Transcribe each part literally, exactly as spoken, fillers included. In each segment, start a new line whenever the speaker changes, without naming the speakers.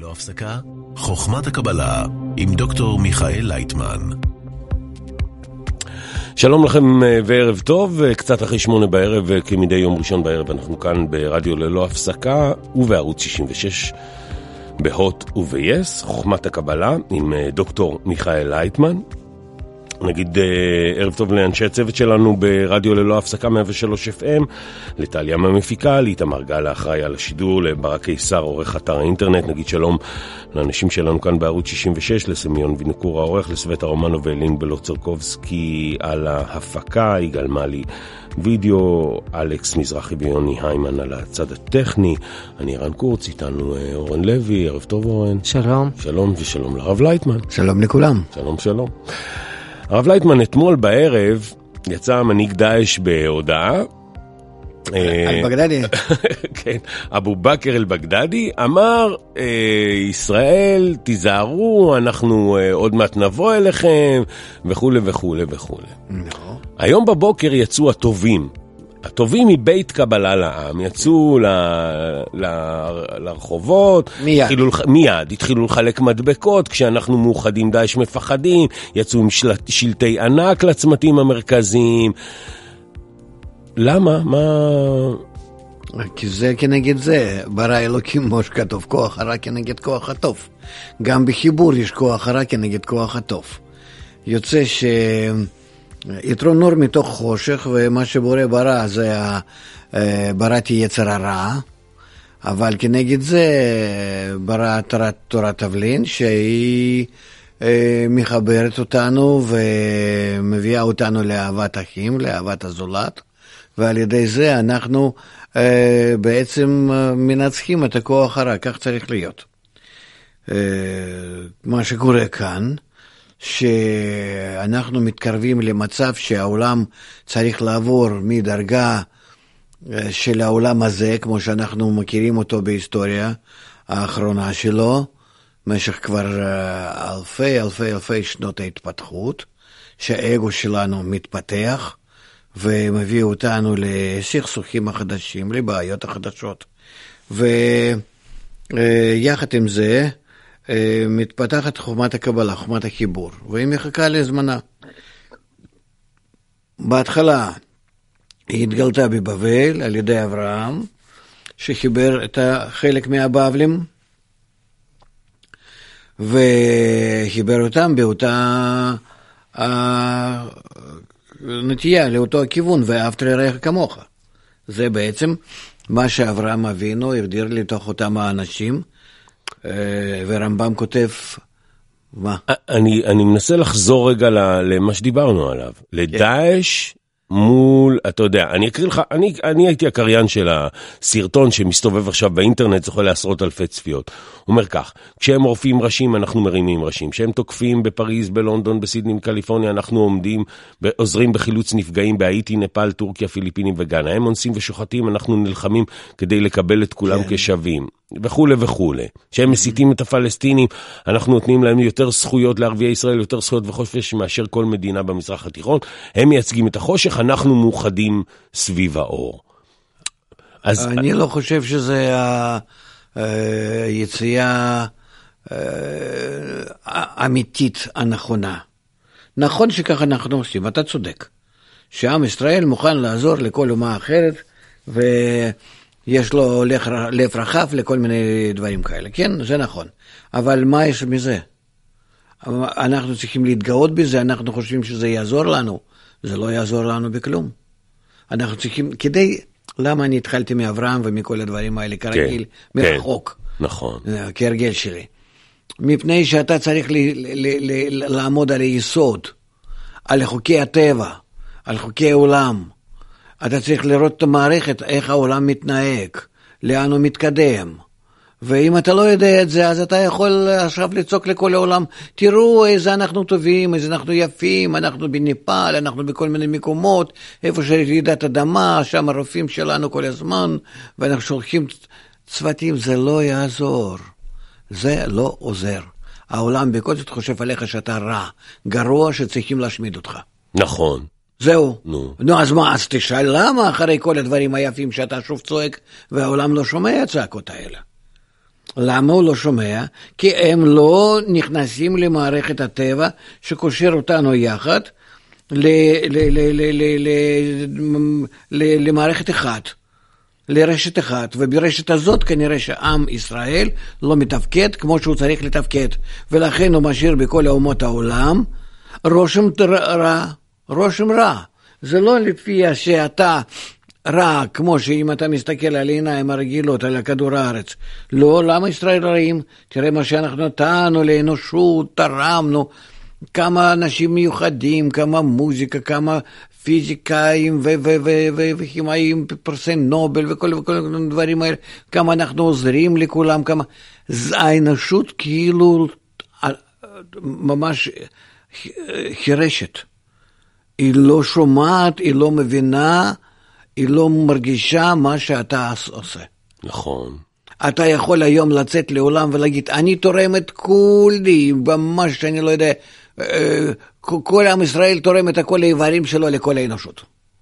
ללא הפסקה, חוכמת הקבלה עם דוקטור מיכאל לייטמן.
שלום לכם וערב טוב, קצת אחרי שמונה בערב, כמדי יום ראשון בערב, אנחנו כאן ברדיו ללא הפסקה ובערוץ שישים ושש בהוט וביס, חוכמת הקבלה עם דוקטור מיכאל לייטמן. נגיד ערב טוב לאנשי הצוות שלנו ברדיו ללא הפסקה מאה ושלוש אף אם, לטליה המפיקה, לאיתמר גל האחראי על השידור, לברק קיסר עורך אתר האינטרנט. נגיד שלום לאנשים שלנו כאן בערוץ שישים ושש, לסמיון וינקור העורך, לסווטה רומנו ואלין בלוצרקובסקי על ההפקה, יגאל מלי וידאו, אלכס מזרחי ויוני היימן על הצד הטכני. אני רן קורץ, איתנו אורן לוי. ערב טוב אורן.
שלום.
שלום ושלום לרב לייטמן.
שלום לכולם.
שלום שלום. הרב לייטמן, אתמול בערב יצא מנהיג דאעש בהודעה.
אל-בגדדי.
כן, אבו בכר אל-בגדדי אמר, ישראל תיזהרו, אנחנו עוד מעט נבוא אליכם, וכו' וכו' וכו'. היום בבוקר יצאו הטובים. הטובים מבית קבלה לעם, יצאו ל, ל, לרחובות,
מיד.
התחילו, מיד, התחילו לחלק מדבקות, כשאנחנו מאוחדים דאעש מפחדים, יצאו עם של, שלטי ענק לצמתים המרכזיים. למה? מה?
כי זה כנגד זה, ברא אלוקים כמו שכתוב, כוח הרע כנגד כוח הטוב. גם בחיבור יש כוח הרע כנגד כוח הטוב. יוצא ש... יתרון נור מתוך חושך, ומה שבורא ברא זה בראתי יצר הרע, אבל כנגד זה ברא תורת, תורת תבלין שהיא מחברת אותנו ומביאה אותנו לאהבת אחים, לאהבת הזולת, ועל ידי זה אנחנו בעצם מנצחים את הכוח הרע. כך צריך להיות. מה שקורה כאן, שאנחנו מתקרבים למצב שהעולם צריך לעבור מדרגה של העולם הזה, כמו שאנחנו מכירים אותו בהיסטוריה האחרונה שלו, במשך כבר אלפי אלפי אלפי שנות ההתפתחות, שהאגו שלנו מתפתח ומביא אותנו לסכסוכים החדשים, לבעיות החדשות. ויחד עם זה מתפתחת חוכמת הקבלה, חוכמת החיבור, והיא מחכה לזמנה. בהתחלה היא התגלתה בבבל על ידי אברהם, שחיבר את חלק מהבבלים, וחיבר אותם באותה נטייה, לאותו הכיוון, ואהבת לרעך כמוך. זה בעצם מה שאברהם אבינו הגדיר לתוך אותם האנשים, ורמב"ם כותב, מה?
אני, אני מנסה לחזור רגע למה שדיברנו עליו. לדאעש מול, אתה יודע, אני אקריא לך, אני, אני הייתי הקריין של הסרטון שמסתובב עכשיו באינטרנט, זוכה לעשרות אלפי צפיות. הוא אומר כך, כשהם רופאים ראשים, אנחנו מרימים ראשים. כשהם תוקפים בפריז, בלונדון, בסידני, בקליפורניה, אנחנו עומדים, עוזרים בחילוץ נפגעים בהאיטי, נפאל, טורקיה, פיליפינים וגאנה. הם אונסים ושוחטים, אנחנו נלחמים כדי לקבל את כולם כן. כשווים. וכו' וכו'. כשהם מסיתים את הפלסטינים, אנחנו נותנים להם יותר זכויות לערביי ישראל, יותר זכויות וחופש מאשר כל מדינה במזרח התיכון. הם מייצגים את החושך, אנחנו מאוחדים סביב האור.
אז אני לא חושב שזה היציאה האמיתית הנכונה. נכון שככה אנחנו עושים, אתה צודק. שעם ישראל מוכן לעזור לכל אומה אחרת, ו... יש לו לב רחב לכל מיני דברים כאלה. כן, זה נכון. אבל מה יש מזה? אנחנו צריכים להתגאות בזה, אנחנו חושבים שזה יעזור לנו. זה לא יעזור לנו בכלום. אנחנו צריכים, כדי, למה אני התחלתי מאברהם ומכל הדברים האלה, כרגיל,
כן,
מרחוק.
כן, נכון.
כהרגל שלי. מפני שאתה צריך ל, ל, ל, לעמוד על היסוד, על חוקי הטבע, על חוקי העולם. אתה צריך לראות את המערכת, איך העולם מתנהג, לאן הוא מתקדם. ואם אתה לא יודע את זה, אז אתה יכול עכשיו לצוק לכל העולם, תראו איזה אנחנו טובים, איזה אנחנו יפים, אנחנו בנפאל, אנחנו בכל מיני מקומות, איפה שרעידת אדמה, שם הרופאים שלנו כל הזמן, ואנחנו שולחים צוותים, זה לא יעזור. זה לא עוזר. העולם בכל זאת חושב עליך שאתה רע, גרוע שצריכים להשמיד אותך.
נכון.
זהו. נו. נו, אז מה, אז תשאל למה אחרי כל הדברים היפים שאתה שוב צועק, והעולם לא שומע את צעקות האלה. למה הוא לא שומע? כי הם לא נכנסים למערכת הטבע שקושר אותנו יחד למערכת אחת, לרשת אחת, וברשת הזאת כנראה שעם ישראל לא מתפקד כמו שהוא צריך לתפקד, ולכן הוא משאיר בכל אומות העולם רושם רע, רושם רע. זה לא לפי שאתה רע, כמו שאם אתה מסתכל על העיניים הרגילות, על הכדור הארץ. לא, למה ישראל רעים? תראה מה שאנחנו נתנו לאנושות, תרמנו, כמה אנשים מיוחדים, כמה מוזיקה, כמה פיזיקאים וכימאים, פרסי נובל וכל הדברים האלה, כמה אנחנו עוזרים לכולם, כמה... האנושות כאילו ממש חירשת. היא לא שומעת, היא לא מבינה, היא לא מרגישה מה שאתה עושה.
נכון.
אתה יכול היום לצאת לעולם ולהגיד, אני תורם את כולי, ממש אני לא יודע, כל עם ישראל תורם את כל האיברים שלו לכל האנושות.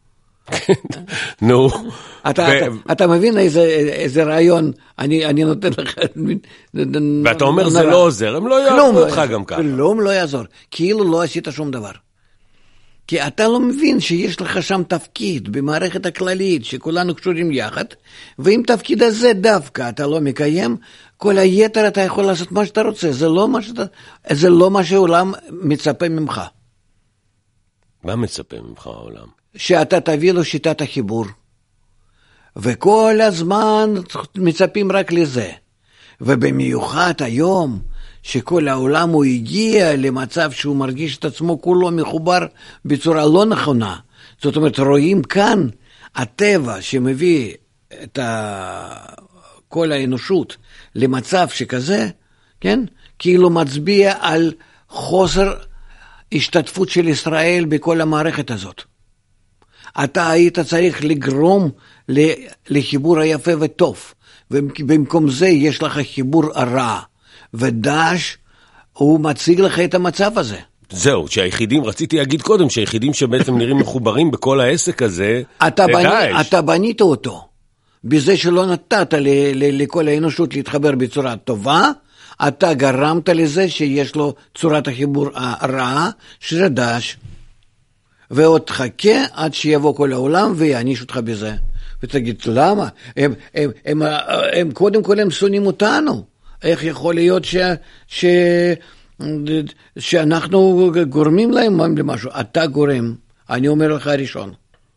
נו.
אתה מבין איזה רעיון אני נותן לך.
ואתה אומר זה לא עוזר, הם לא יעזור אותך גם ככה.
כלום לא יעזור, כאילו לא עשית שום דבר. כי אתה לא מבין שיש לך שם תפקיד במערכת הכללית שכולנו קשורים יחד, ואם תפקיד הזה דווקא אתה לא מקיים, כל היתר אתה יכול לעשות מה שאתה רוצה, זה לא מה שאתה, זה לא מה שהעולם מצפה ממך.
מה מצפה ממך העולם?
שאתה תביא לו שיטת החיבור. וכל הזמן מצפים רק לזה. ובמיוחד היום, שכל העולם הוא הגיע למצב שהוא מרגיש את עצמו כולו מחובר בצורה לא נכונה. זאת אומרת, רואים כאן הטבע שמביא את כל האנושות למצב שכזה, כן? כאילו מצביע על חוסר השתתפות של ישראל בכל המערכת הזאת. אתה היית צריך לגרום לחיבור היפה וטוב, ובמקום זה יש לך חיבור הרע. ודאש הוא מציג לך את המצב הזה.
זהו, שהיחידים, רציתי להגיד קודם, שהיחידים שבעצם נראים מחוברים בכל העסק הזה,
אתה, בנ... אתה בנית אותו, בזה שלא נתת ל... ל... לכל האנושות להתחבר בצורה טובה, אתה גרמת לזה שיש לו צורת החיבור הרעה, שזה דאש, ועוד חכה עד שיבוא כל העולם ויעניש אותך בזה. ותגיד, למה? הם, הם, הם, הם, הם קודם כל הם שונאים אותנו. איך יכול להיות ש, ש, שאנחנו גורמים להם למשהו? אתה גורם, אני אומר לך הראשון.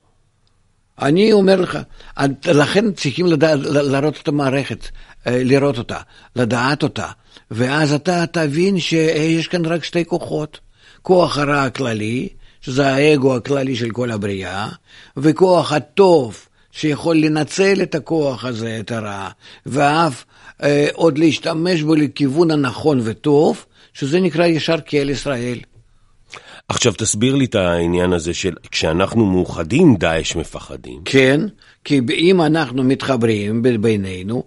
אני אומר לך, לכן צריכים לדע, לראות את המערכת, לראות אותה, לדעת אותה, ואז אתה תבין שיש כאן רק שתי כוחות, כוח הרע הכללי, שזה האגו הכללי של כל הבריאה, וכוח הטוב, שיכול לנצל את הכוח הזה, את הרע, ואף אה, עוד להשתמש בו לכיוון הנכון וטוב, שזה נקרא ישר כאל ישראל.
עכשיו תסביר לי את העניין הזה של כשאנחנו מאוחדים, דאעש מפחדים.
כן, כי אם אנחנו מתחברים בינינו,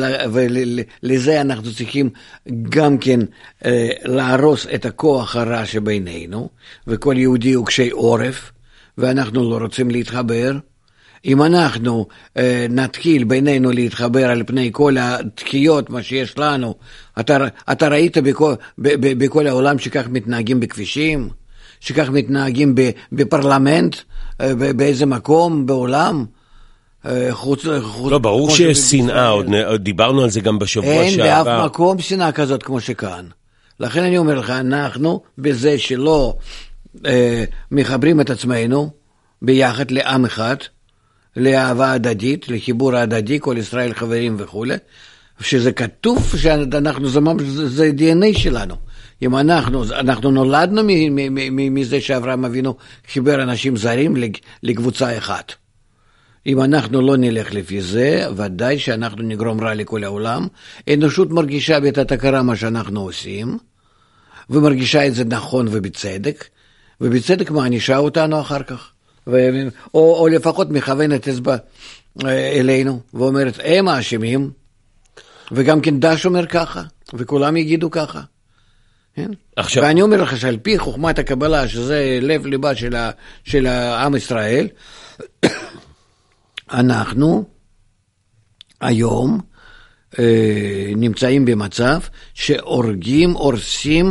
ולזה אנחנו צריכים גם כן אה, להרוס את הכוח הרע שבינינו, וכל יהודי הוא קשי עורף, ואנחנו לא רוצים להתחבר, אם אנחנו אה, נתחיל בינינו להתחבר על פני כל התחיות, מה שיש לנו, אתה, אתה ראית בכל, ב, ב, בכל העולם שכך מתנהגים בכבישים, שכך מתנהגים בפרלמנט, אה, באיזה מקום בעולם, אה, חוץ... חוץ
לא, ברור שיש שנאה, עוד דיברנו על זה גם בשבוע
אין
שעבר.
אין באף מקום שנאה כזאת כמו שכאן. לכן אני אומר לך, אנחנו בזה שלא אה, מחברים את עצמנו ביחד לעם אחד, לאהבה הדדית, לחיבור הדדי, כל ישראל חברים וכו', שזה כתוב שאנחנו, זה, זה די אן איי שלנו. אם אנחנו, אנחנו נולדנו מזה שאברהם אבינו חיבר אנשים זרים לקבוצה אחת. אם אנחנו לא נלך לפי זה, ודאי שאנחנו נגרום רע לכל העולם. אנושות מרגישה בתת הכרה מה שאנחנו עושים, ומרגישה את זה נכון ובצדק, ובצדק מענישה אותנו אחר כך. ו... או, או לפחות מכוונת אצבע אלינו, ואומרת, הם האשמים, וגם כן דש אומר ככה, וכולם יגידו ככה. כן? עכשיו... ואני אומר לך שעל פי חוכמת הקבלה, שזה לב ליבה של, ה... של העם ישראל, אנחנו היום אה, נמצאים במצב שהורגים, הורסים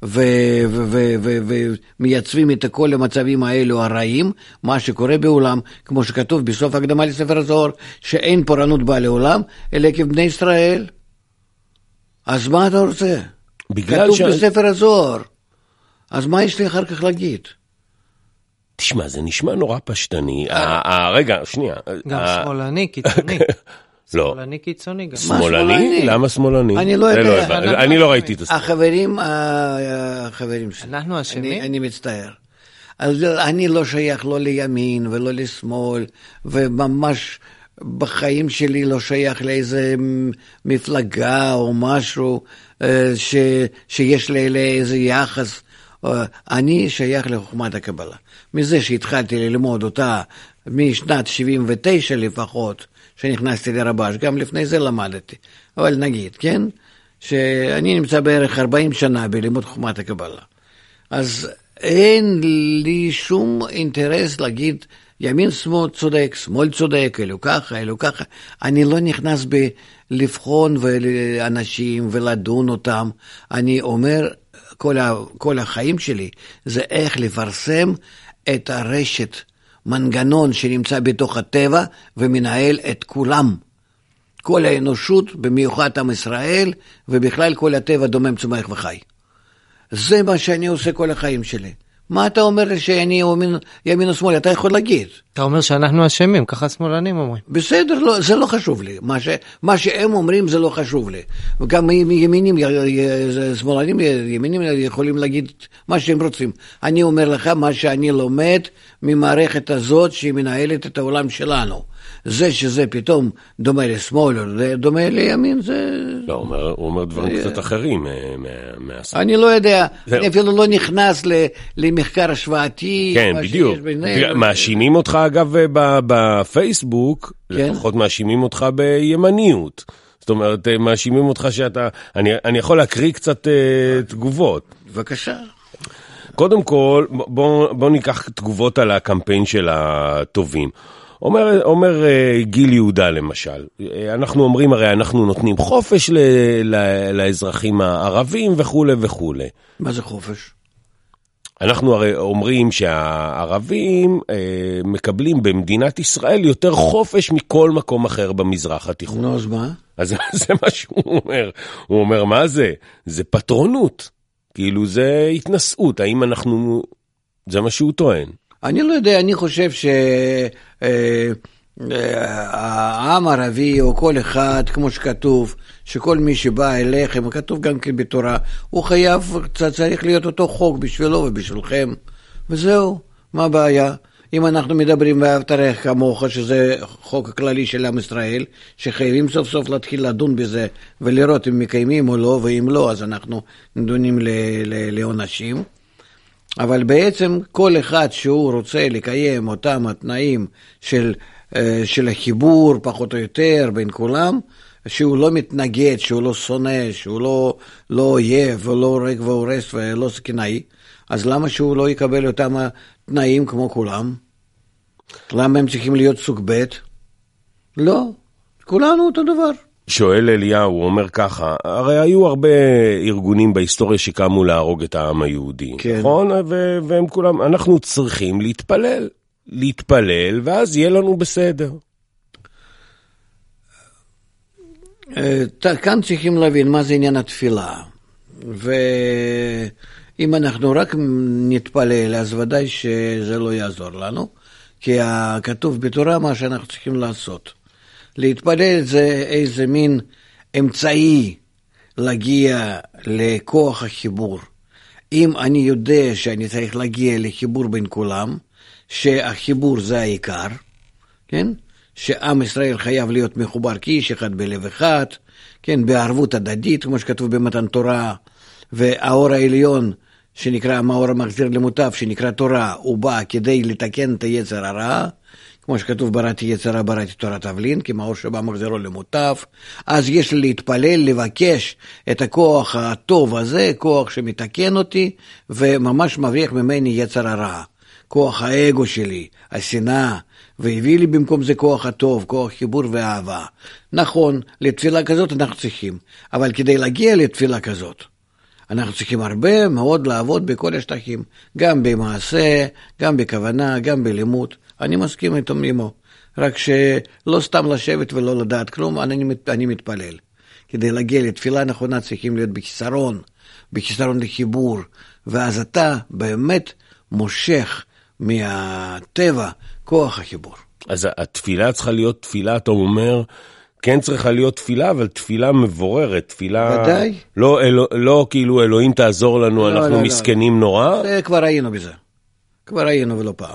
ומייצבים את כל המצבים האלו הרעים, מה שקורה בעולם, כמו שכתוב בסוף הקדמה לספר הזוהר, שאין פורענות באה לעולם, אלא כבני ישראל. אז מה אתה רוצה? כתוב ש... בספר הזוהר. אז מה יש לי אחר כך להגיד?
תשמע, זה נשמע נורא פשטני. רגע, שנייה.
גם שמאלני, קיצוני. שמאלני קיצוני גם.
שמאלני? למה שמאלני?
אני לא יודע.
אני לא ראיתי את זה.
החברים, החברים שלי.
אנחנו אשמים?
אני מצטער. אז אני לא שייך לא לימין ולא לשמאל, וממש בחיים שלי לא שייך לאיזה מפלגה או משהו שיש לי איזה יחס. אני שייך לחוכמת הקבלה. מזה שהתחלתי ללמוד אותה משנת שבעים ותשע לפחות, שנכנסתי לרבש, גם לפני זה למדתי. אבל נגיד, כן? שאני נמצא בערך ארבעים שנה בלימוד חוכמת הקבלה. אז אין לי שום אינטרס להגיד ימין שמאל צודק, שמאל צודק, אלו ככה, אלו ככה. אני לא נכנס בלבחון אנשים ולדון אותם. אני אומר, כל, ה, כל החיים שלי זה איך לפרסם את הרשת, מנגנון שנמצא בתוך הטבע ומנהל את כולם. כל האנושות, במיוחד עם ישראל, ובכלל כל הטבע דומם צומח וחי. זה מה שאני עושה כל החיים שלי. מה אתה אומר לי שאני ימין, ימין או שמאל? אתה יכול להגיד.
אתה אומר שאנחנו אשמים, ככה שמאלנים אומרים.
בסדר, לא, זה לא חשוב לי. מה, ש, מה שהם אומרים זה לא חשוב לי. וגם ימינים, שמאלנים, ימינים יכולים להגיד מה שהם רוצים. אני אומר לך מה שאני לומד ממערכת הזאת שהיא מנהלת את העולם שלנו. זה שזה פתאום דומה לשמאל או דומה לימין, זה...
לא, הוא אומר, הוא אומר דברים קצת אחרים מהסמאל.
אני לא יודע, אני אפילו לא נכנס למחקר השוואתי.
כן, בדיוק. מאשימים אותך אגב בפייסבוק, לפחות מאשימים אותך בימניות. זאת אומרת, מאשימים אותך שאתה... אני יכול להקריא קצת תגובות.
בבקשה.
קודם כל, בוא ניקח תגובות על הקמפיין של הטובים. אומר, אומר גיל יהודה למשל, אנחנו אומרים הרי אנחנו נותנים חופש ל, ל, לאזרחים הערבים וכו' וכו'.
מה זה חופש?
אנחנו הרי אומרים שהערבים אה, מקבלים במדינת ישראל יותר חופש מכל מקום אחר במזרח התיכון.
נו, אז מה?
אז זה מה שהוא אומר. הוא אומר, מה זה? זה פטרונות. כאילו זה התנשאות. האם אנחנו... זה מה שהוא טוען.
אני לא יודע, אני חושב שהעם הערבי או כל אחד, כמו שכתוב, שכל מי שבא אליכם, כתוב גם כן בתורה, הוא חייב, צריך להיות אותו חוק בשבילו ובשבילכם, וזהו, מה הבעיה? אם אנחנו מדברים ואהבת רעך כמוך, שזה חוק כללי של עם ישראל, שחייבים סוף סוף להתחיל לדון בזה, ולראות אם מקיימים או לא, ואם לא, אז אנחנו נדונים לעונשים. אבל בעצם כל אחד שהוא רוצה לקיים אותם התנאים של, של החיבור פחות או יותר בין כולם, שהוא לא מתנגד, שהוא לא שונא, שהוא לא, לא אויב ולא הורג והורס ולא סכנאי, אז למה שהוא לא יקבל אותם התנאים כמו כולם? למה הם צריכים להיות סוג ב'? לא, כולנו אותו דבר.
שואל אליהו, הוא אומר ככה, הרי היו הרבה ארגונים בהיסטוריה שקמו להרוג את העם היהודי, כן. נכון? ו- והם כולם, אנחנו צריכים להתפלל, להתפלל, ואז יהיה לנו בסדר.
כאן צריכים להבין מה זה עניין התפילה, ואם אנחנו רק נתפלל, אז ודאי שזה לא יעזור לנו, כי כתוב בתורה מה שאנחנו צריכים לעשות. להתפלל זה איזה מין אמצעי להגיע לכוח החיבור. אם אני יודע שאני צריך להגיע לחיבור בין כולם, שהחיבור זה העיקר, כן? שעם ישראל חייב להיות מחובר כאיש אחד בלב אחד, כן? בערבות הדדית, כמו שכתוב במתן תורה, והאור העליון שנקרא, המאור המחזיר למוטב, שנקרא תורה, הוא בא כדי לתקן את היצר הרע, כמו שכתוב בראתי יצרה, בראתי תורת אבלין, כי מאור שבא מחזירו למוטב. אז יש לי להתפלל, לבקש את הכוח הטוב הזה, כוח שמתקן אותי, וממש מבריח ממני יצר הרע. כוח האגו שלי, השנאה, והביא לי במקום זה כוח הטוב, כוח חיבור ואהבה. נכון, לתפילה כזאת אנחנו צריכים, אבל כדי להגיע לתפילה כזאת, אנחנו צריכים הרבה מאוד לעבוד בכל השטחים, גם במעשה, גם בכוונה, גם בלימוד. אני מסכים איתו עמו, רק שלא סתם לשבת ולא לדעת כלום, אני, אני מתפלל. כדי להגיע לתפילה נכונה צריכים להיות בכיסרון, בכיסרון לחיבור, ואז אתה באמת מושך מהטבע כוח החיבור.
אז התפילה צריכה להיות תפילה, אתה אומר, כן צריכה להיות תפילה, אבל תפילה מבוררת, תפילה...
ודאי.
לא, אלו, לא כאילו אלוהים תעזור לנו, לא, אנחנו לא, מסכנים לא. נורא.
זה כבר היינו בזה. כבר היינו ולא פעם.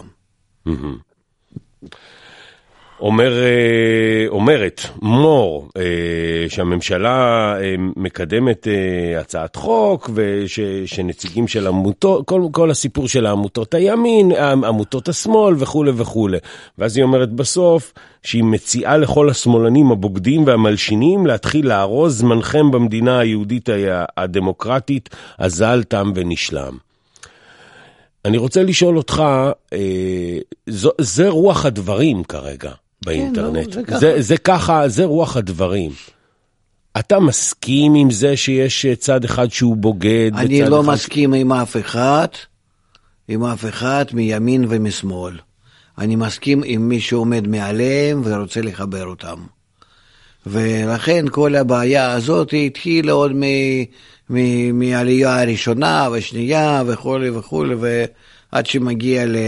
אומר, אומרת מור שהממשלה מקדמת הצעת חוק ושנציגים של עמותות, כל, כל הסיפור של העמותות הימין, עמותות השמאל וכו' וכו'. ואז היא אומרת בסוף שהיא מציעה לכל השמאלנים הבוגדים והמלשינים להתחיל לארוז זמנכם במדינה היהודית הדמוקרטית, אזל תם ונשלם. אני רוצה לשאול אותך, זה, זה רוח הדברים כרגע. באינטרנט.
כן, לא, זה,
זה, זה ככה, זה רוח הדברים. אתה מסכים עם זה שיש צד אחד שהוא בוגד?
אני לא
אחד...
מסכים עם אף אחד, עם אף אחד מימין ומשמאל. אני מסכים עם מי שעומד מעליהם ורוצה לחבר אותם. ולכן כל הבעיה הזאת התחילה עוד מ, מ, מעלייה הראשונה והשנייה וכו' וכו', ועד שמגיע ל...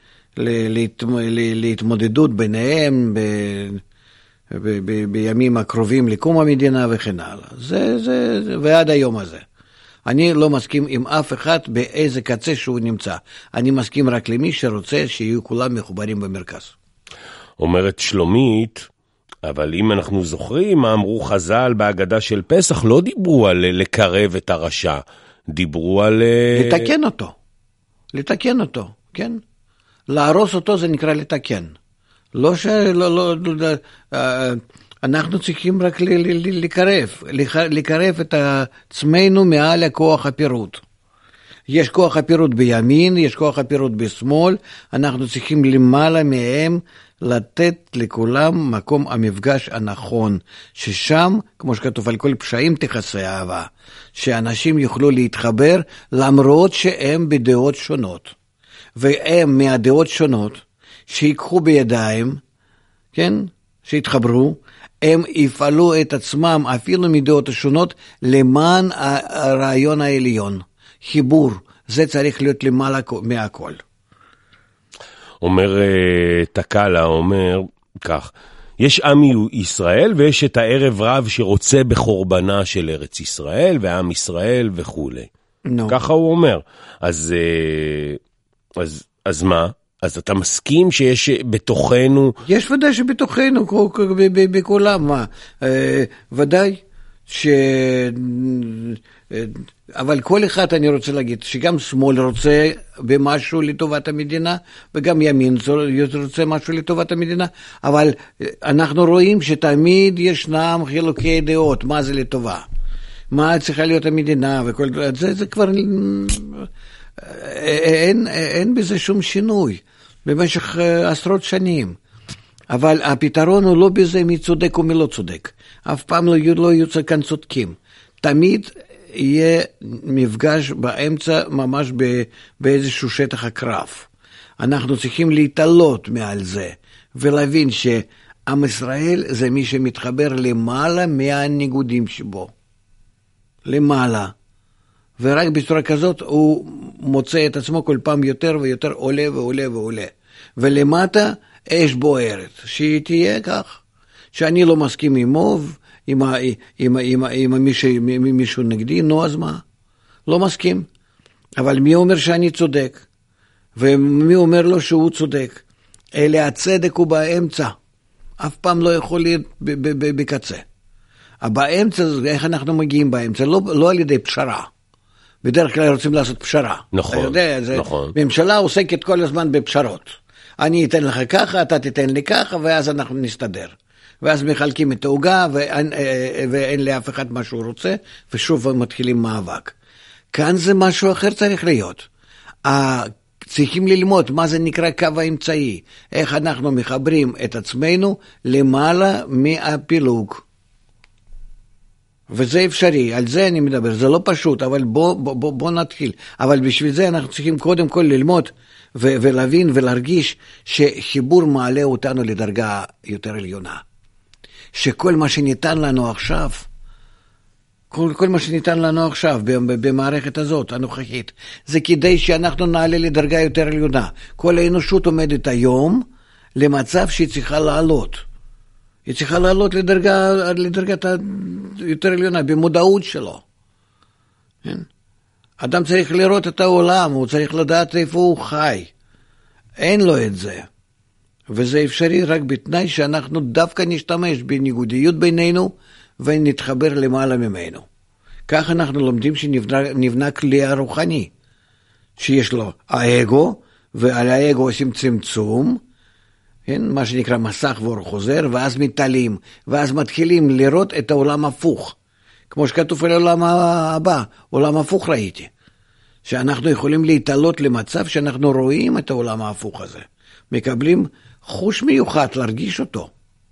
להתמודדות ביניהם ב, ב, ב, בימים הקרובים לקום המדינה וכן הלאה. זה, זה, ועד היום הזה. אני לא מסכים עם אף אחד באיזה קצה שהוא נמצא. אני מסכים רק למי שרוצה שיהיו כולם מחוברים במרכז.
אומרת שלומית, אבל אם אנחנו זוכרים מה אמרו חז"ל בהגדה של פסח, לא דיברו על לקרב את הרשע, דיברו על...
לתקן אותו. לתקן אותו, כן? להרוס אותו זה נקרא לתקן. לא ש... לא, לא, לא, אנחנו צריכים רק לקרב, לקרב את עצמנו מעל הכוח הפירוט. יש כוח הפירוט בימין, יש כוח הפירוט בשמאל, אנחנו צריכים למעלה מהם לתת לכולם מקום המפגש הנכון, ששם, כמו שכתוב, על כל פשעים תכסה אהבה, שאנשים יוכלו להתחבר למרות שהם בדעות שונות. והם מהדעות שונות, שיקחו בידיים, כן, שהתחברו, הם יפעלו את עצמם אפילו מדעות השונות למען הרעיון העליון. חיבור, זה צריך להיות למעלה מהכל.
אומר תקלה, אומר כך, יש עם ישראל ויש את הערב רב שרוצה בחורבנה של ארץ ישראל ועם ישראל וכו'. No. ככה הוא אומר. אז... אז, אז מה? אז אתה מסכים שיש בתוכנו...
יש ודאי שבתוכנו, בכולם, מה? ודאי ש... אבל כל אחד אני רוצה להגיד, שגם שמאל רוצה במשהו לטובת המדינה, וגם ימין רוצה משהו לטובת המדינה, אבל אנחנו רואים שתמיד ישנם חילוקי דעות, מה זה לטובה? מה צריכה להיות המדינה, וכל זה, זה כבר... אין, אין בזה שום שינוי במשך עשרות שנים, אבל הפתרון הוא לא בזה מי צודק ומי לא צודק. אף פעם לא, לא יוצא כאן צודקים. תמיד יהיה מפגש באמצע ממש באיזשהו שטח הקרב. אנחנו צריכים להתעלות מעל זה ולהבין שעם ישראל זה מי שמתחבר למעלה מהניגודים שבו. למעלה. ורק בצורה כזאת הוא מוצא את עצמו כל פעם יותר ויותר עולה ועולה ועולה. ולמטה אש בוערת, שהיא תהיה כך. שאני לא מסכים עמו, עם, עם, עם, עם מישהו, מישהו נגדי, נו אז מה? לא מסכים. אבל מי אומר שאני צודק? ומי אומר לו שהוא צודק? אלה הצדק הוא באמצע. אף פעם לא יכול להיות בקצה. באמצע, איך אנחנו מגיעים באמצע? לא, לא על ידי פשרה. בדרך כלל רוצים לעשות פשרה.
נכון,
אתה יודע, זה,
נכון.
ממשלה עוסקת כל הזמן בפשרות. אני אתן לך ככה, אתה תיתן לי ככה, ואז אנחנו נסתדר. ואז מחלקים את העוגה, ואין, ואין לאף אחד מה שהוא רוצה, ושוב מתחילים מאבק. כאן זה משהו אחר צריך להיות. צריכים ללמוד מה זה נקרא קו האמצעי, איך אנחנו מחברים את עצמנו למעלה מהפילוג. וזה אפשרי, על זה אני מדבר, זה לא פשוט, אבל בוא, בוא, בוא, בוא נתחיל. אבל בשביל זה אנחנו צריכים קודם כל ללמוד ו- ולהבין ולהרגיש שחיבור מעלה אותנו לדרגה יותר עליונה. שכל מה שניתן לנו עכשיו, כל, כל מה שניתן לנו עכשיו במערכת הזאת, הנוכחית, זה כדי שאנחנו נעלה לדרגה יותר עליונה. כל האנושות עומדת היום למצב שהיא צריכה לעלות. היא צריכה לעלות לדרגה, לדרגת יותר עליונה, במודעות שלו. כן? אדם צריך לראות את העולם, הוא צריך לדעת איפה הוא חי. אין לו את זה. וזה אפשרי רק בתנאי שאנחנו דווקא נשתמש בניגודיות בינינו, ונתחבר למעלה ממנו. כך אנחנו לומדים שנבנה כלי הרוחני, שיש לו האגו, ועל האגו עושים צמצום, כן? מה שנקרא מסך ואור חוזר, ואז מתעלים, ואז מתחילים לראות את העולם הפוך. כמו שכתוב על העולם הבא, עולם הפוך ראיתי. שאנחנו יכולים להתעלות למצב שאנחנו רואים את העולם ההפוך הזה. מקבלים חוש מיוחד להרגיש אותו.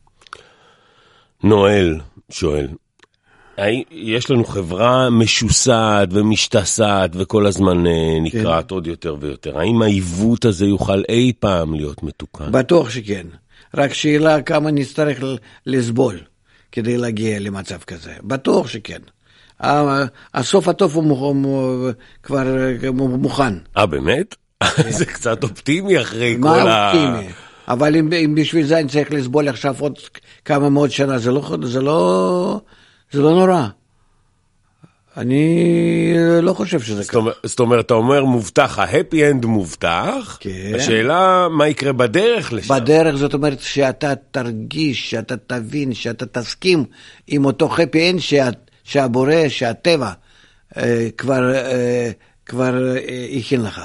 נואל שואל, יש לנו חברה משוסעת ומשתסעת וכל הזמן נקראת כן. עוד יותר ויותר. האם העיוות הזה יוכל אי פעם להיות מתוקן?
בטוח שכן. רק שאלה כמה נצטרך לסבול כדי להגיע למצב כזה. בטוח שכן. הסוף הטוב הוא כבר מוכן.
אה, באמת? זה קצת אופטימי אחרי כל ה...
מה אופטימי? אבל אם, אם בשביל זה אני צריך לסבול עכשיו עוד כמה מאות שנה, זה לא, זה לא, זה לא נורא. אני לא חושב שזה ככה.
זאת אומרת, אתה אומר מובטח, ההפי אנד מובטח, כן. השאלה מה יקרה בדרך לשם.
בדרך זאת אומרת שאתה תרגיש, שאתה תבין, שאתה תסכים עם אותו הפי אנד שה, שהבורא, שהטבע אה, כבר, אה, כבר אה, הכין לך.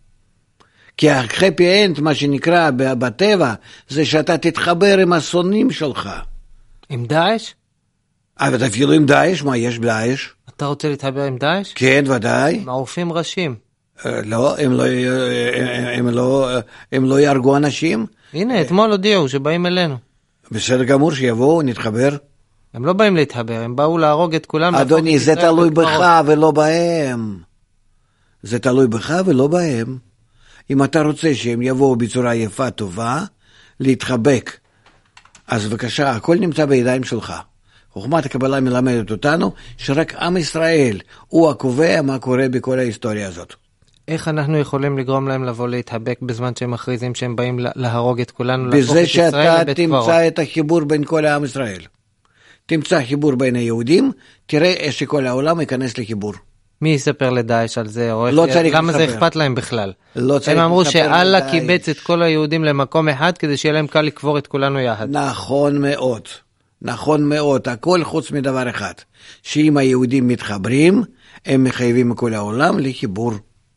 כי ההפי אנד, מה שנקרא בטבע, זה שאתה תתחבר עם השונאים שלך.
עם דאעש?
אבל אפילו עם דאעש, מה יש בדאעש?
אתה רוצה להתחבר עם דאעש?
כן, ודאי.
מעורפים ראשים.
לא, הם לא, הם לא, הם לא יהרגו אנשים.
הנה, אתמול הודיעו שבאים אלינו.
בסדר גמור, שיבואו, נתחבר.
הם לא באים להתחבר, הם באו להרוג את כולם.
אדוני, זה תלוי בך ולא בהם. זה תלוי בך ולא בהם. אם אתה רוצה שהם יבואו בצורה יפה, טובה, להתחבק, אז בבקשה, הכל נמצא בידיים שלך. חוכמת הקבלה מלמדת אותנו שרק עם ישראל הוא הקובע מה קורה בכל ההיסטוריה הזאת.
איך אנחנו יכולים לגרום להם לבוא להתחבק בזמן שהם מכריזים שהם באים להרוג את כולנו?
בזה שאתה תמצא את החיבור בין כל העם ישראל. תמצא חיבור בין היהודים, תראה שכל העולם ייכנס לחיבור.
מי יספר לדאעש על זה?
לא צריך
למה
לספר.
זה אכפת להם בכלל?
לא
הם אמרו שאללה קיבץ את כל היהודים למקום אחד, כדי שיהיה להם קל לקבור את כולנו יחד.
נכון מאוד. נכון מאוד. הכל חוץ מדבר אחד. שאם היהודים מתחברים, הם מחייבים מכל העולם לחיבור.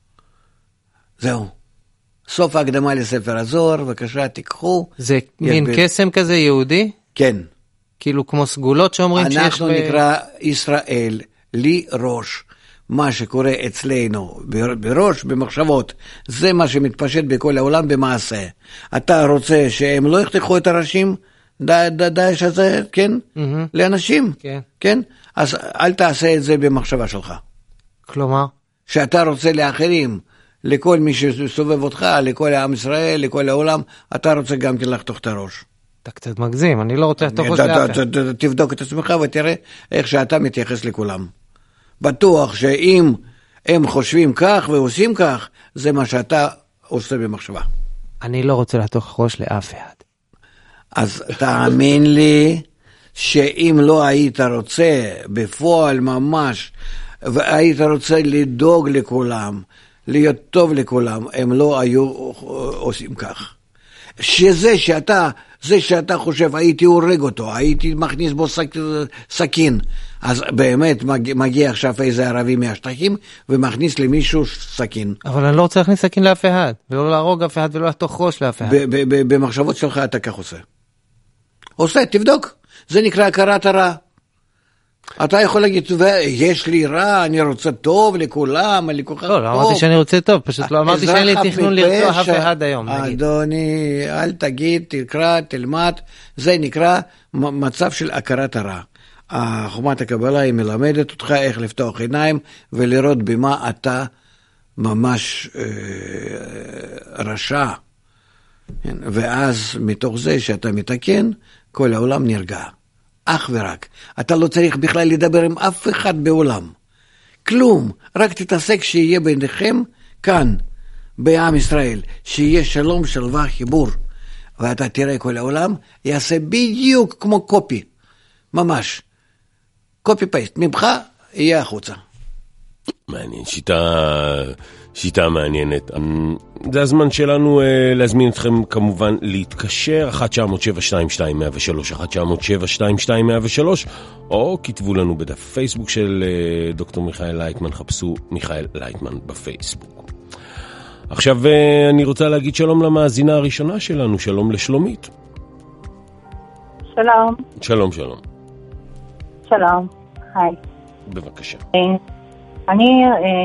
זהו. סוף ההקדמה לספר הזוהר, בבקשה תיקחו.
זה מין ב... קסם כזה יהודי?
כן.
כאילו כמו סגולות שאומרים שיש...
אנחנו נקרא ישראל, לי ראש. מה שקורה אצלנו בראש, במחשבות, זה מה שמתפשט בכל העולם במעשה. אתה רוצה שהם לא יחתכו את הראשים, דאעש הזה, כן? לאנשים, כן? אז אל תעשה את זה במחשבה שלך.
כלומר?
שאתה רוצה לאחרים, לכל מי שסובב אותך, לכל העם ישראל, לכל העולם, אתה רוצה גם כן לחתוך את הראש.
אתה קצת מגזים, אני לא רוצה לחתוך ראש לאחר.
תבדוק את עצמך ותראה איך שאתה מתייחס לכולם. בטוח שאם הם חושבים כך ועושים כך, זה מה שאתה עושה במחשבה.
אני לא רוצה לחתוך ראש לאף אחד.
אז תאמין לי שאם לא היית רוצה בפועל ממש, והיית רוצה לדאוג לכולם, להיות טוב לכולם, הם לא היו עושים כך. שזה שאתה, זה שאתה חושב, הייתי הורג אותו, הייתי מכניס בו סכין, אז באמת מגיע עכשיו איזה ערבי מהשטחים, ומכניס למישהו סכין.
אבל אני לא רוצה להכניס סכין לאף אחד, ולא להרוג אף אחד, ולא לתוך ראש לאף אחד.
במחשבות שלך אתה כך עושה. עושה, תבדוק. זה נקרא הכרת הרע. אתה יכול להגיד, יש לי רע, אני רוצה טוב לכולם, אני כל כך טוב.
לא, לא אמרתי שאני רוצה טוב, פשוט לא אמרתי שאין לי תכנון לרצוח אף אחד היום.
אדוני, אל תגיד, תקרא, תלמד, זה נקרא מצב של הכרת הרע. חוכמת הקבלה היא מלמדת אותך איך לפתוח עיניים ולראות במה אתה ממש אה, רשע. ואז מתוך זה שאתה מתקן, כל העולם נרגע. אך ורק. אתה לא צריך בכלל לדבר עם אף אחד בעולם. כלום. רק תתעסק שיהיה ביניכם כאן, בעם ישראל, שיהיה שלום, שלווה, חיבור. ואתה תראה כל העולם, יעשה בדיוק כמו קופי. ממש. קופי פייסט. ממך יהיה החוצה.
מעניין. שיטה, שיטה מעניינת. זה הזמן שלנו להזמין אתכם כמובן להתקשר אחת תשע אפס שבע שתיים שתיים אפס אפס שלוש אחת תשע אפס שבע שתיים שתיים אפס אפס שלוש או כתבו לנו בדף פייסבוק של דוקטור מיכאל לייטמן, חפשו מיכאל לייטמן בפייסבוק. עכשיו אני רוצה להגיד שלום למאזינה הראשונה שלנו, שלום לשלומית.
שלום.
שלום שלום.
שלום, היי.
בבקשה.
אני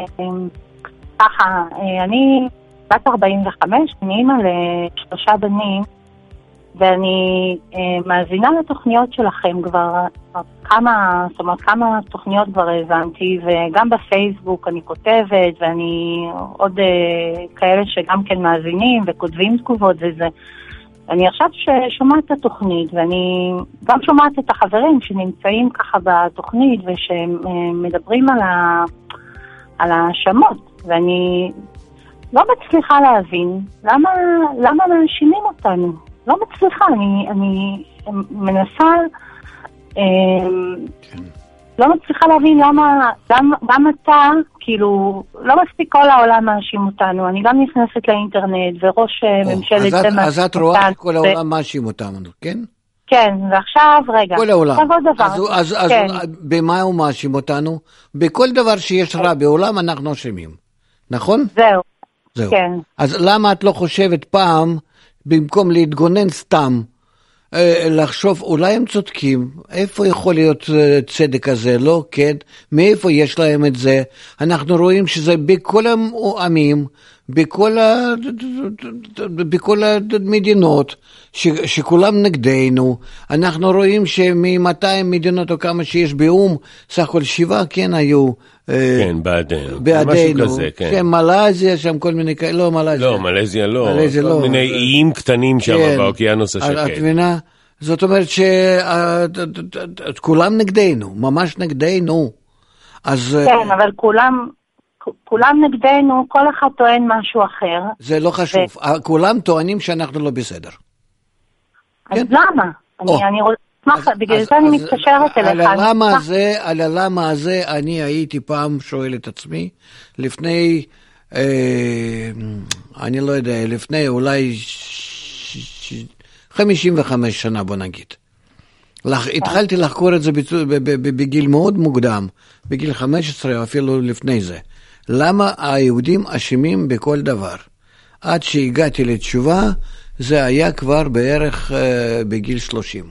ככה, אני בת ארבעים וחמש, אני אימא לשלושה בנים, ואני מאזינה לתוכניות שלכם כבר כמה, זאת אומרת, כמה תוכניות כבר האזנתי, וגם בפייסבוק אני כותבת, ואני עוד כאלה שגם כן מאזינים וכותבים תגובות וזה. אני עכשיו ששומעת את התוכנית, ואני גם שומעת את החברים שנמצאים ככה בתוכנית, ושמדברים על ה... על האשמות, ואני לא מצליחה להבין למה, למה מאשימים אותנו. לא מצליחה, אני, אני מנסה, אה, לא מצליחה להבין למה, למה, למה אתה, כאילו, לא מספיק כל העולם מאשים אותנו. אני גם נכנסת לאינטרנט, וראש או, ממשלת...
אז, אז את רואה כל העולם ו... מאשים אותנו, כן?
כן, ועכשיו, רגע.
כל העולם.
דבר,
אז, אז, אז
כן.
במה הוא מאשים אותנו? בכל דבר שיש רע בעולם אנחנו אשמים, נכון?
זהו.
זהו.
כן.
אז למה את לא חושבת פעם, במקום להתגונן סתם, לחשוב, אולי הם צודקים, איפה יכול להיות צדק הזה, לא, כן, מאיפה יש להם את זה, אנחנו רואים שזה בכל העמים, בכל, ה... בכל המדינות, ש... שכולם נגדנו, אנחנו רואים שמ-מאתיים מדינות או כמה שיש באום, סך הכל שבעה כן היו,
כן, בעדינו.
בעדינו.
משהו כזה, כן.
שם מלזיה, שם כל מיני כאלה, לא מלזיה.
לא, מלזיה לא.
מלזיה
כל
לא.
מיני איים קטנים שם
כן.
באוקיינוס השקט.
את מבינה? זאת אומרת שכולם נגדנו, ממש נגדנו. אז...
כן, אבל כולם... כולם נגדנו, כל אחד טוען משהו אחר.
זה לא חשוב. ו... כולם טוענים שאנחנו לא בסדר.
אז
כן?
למה? אני, אני רוצה... בגלל זה אני מתקשרת אליך.
על הלמה הזה, על הלמה הזה, אני הייתי פעם שואל את עצמי, לפני, אה, אני לא יודע, לפני אולי חמישים וחמש שנה, בוא נגיד. התחלתי לחקור את זה בגיל מאוד מוקדם, בגיל חמש עשרה או אפילו לפני זה. למה היהודים אשמים בכל דבר? עד שהגעתי לתשובה, זה היה כבר בערך בגיל שלושים.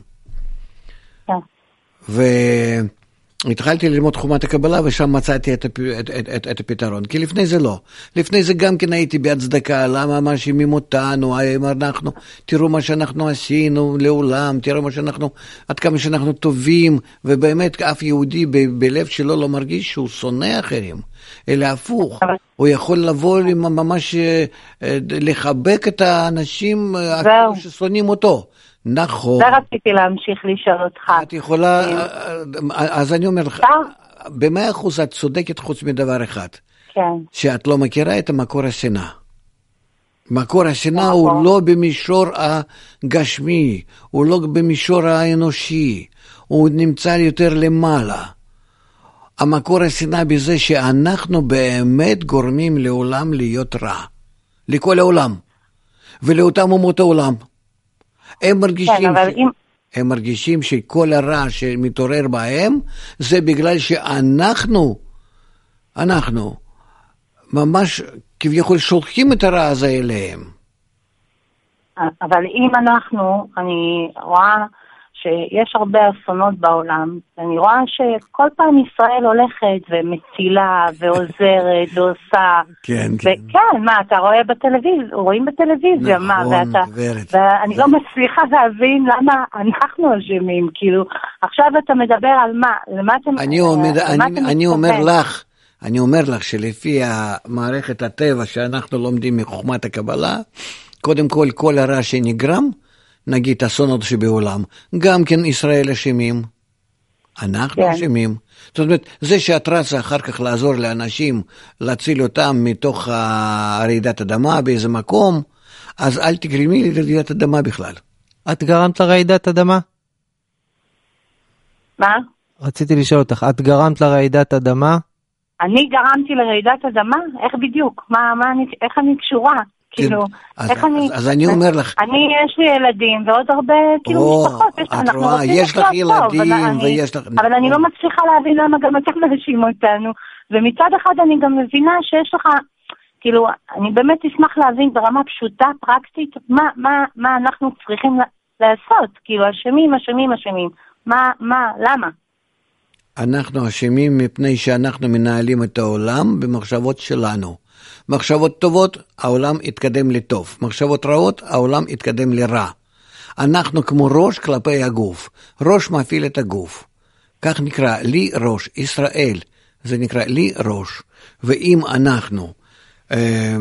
והתחלתי ללמוד חוכמת הקבלה, ושם מצאתי את, את, את, את, את הפתרון. כי לפני זה לא. לפני זה גם כן הייתי בהצדקה, למה מאשימים אותנו, אנחנו, תראו מה שאנחנו עשינו לעולם, תראו מה שאנחנו, עד כמה שאנחנו טובים, ובאמת אף יהודי ב, בלב שלו לא מרגיש שהוא שונא אחרים, אלא הפוך. הוא יכול לבוא ממש לחבק את האנשים ששונאים אותו. נכון.
זה רציתי להמשיך לשאול אותך.
את יכולה, אז אני אומר לך, במאה אחוז את צודקת חוץ מדבר אחד.
כן.
שאת לא מכירה את המקור השנאה. מקור השנאה הוא לא במישור הגשמי, הוא לא במישור האנושי, הוא נמצא יותר למעלה. המקור השנאה בזה שאנחנו באמת גורמים לעולם להיות רע. לכל העולם. ולאותם אומות העולם. הם מרגישים,
כן,
ש...
אם...
הם מרגישים שכל הרע שמתעורר בהם, זה בגלל שאנחנו, אנחנו, ממש כביכול שולחים את הרע הזה אליהם.
אבל אם אנחנו, אני רואה שיש הרבה אסונות בעולם, ואני רואה שכל פעם ישראל הולכת ומצילה ועוזרת ועושה.
כן, כן.
וכן, מה, אתה רואה בטלוויזיה, רואים בטלוויזיה,
נכון,
מה, ואתה...
גברת.
ואני לא מצליחה להבין למה אנחנו אשמים, כאילו, עכשיו אתה מדבר על מה, למה אתם...
אני אומר,
למה
אני,
אתם
אני אומר
מתכוון?
לך, אני אומר לך שלפי מערכת הטבע שאנחנו לומדים מחוכמת הקבלה, קודם כל, כל הרע שנגרם, נגיד אסונות שבעולם, גם כן ישראל אשמים, אנחנו
כן.
אשמים. זאת אומרת, זה שאת רצה אחר כך לעזור לאנשים, להציל אותם מתוך רעידת אדמה באיזה מקום, אז אל תגרמי לרעידת אדמה בכלל.
את גרמת לרעידת אדמה?
מה?
רציתי לשאול אותך, את גרמת לרעידת אדמה?
אני גרמתי לרעידת אדמה? איך בדיוק? מה, מה אני, איך אני קשורה? כאילו,
אז,
איך אני...
אז, אז אני אומר לך...
אני, יש לי ילדים ועוד הרבה, כאילו,
או,
משפחות. יש,
את
אנחנו
רואה,
רוצים
יש לך
לחיות טוב,
ילדים
אני,
ויש לך...
אבל אני לא מצליחה להבין למה גם אתם מרשים אותנו. ומצד אחד אני גם מבינה שיש לך, כאילו, אני באמת אשמח להבין ברמה פשוטה, פרקטית, מה, מה, מה אנחנו צריכים לעשות. כאילו, אשמים, אשמים, אשמים. מה, מה, למה?
אנחנו אשמים מפני שאנחנו מנהלים את העולם במחשבות שלנו. מחשבות טובות, העולם יתקדם לטוב. מחשבות רעות, העולם יתקדם לרע. אנחנו כמו ראש כלפי הגוף. ראש מפעיל את הגוף. כך נקרא לי ראש, ישראל. זה נקרא לי ראש. ואם אנחנו אה,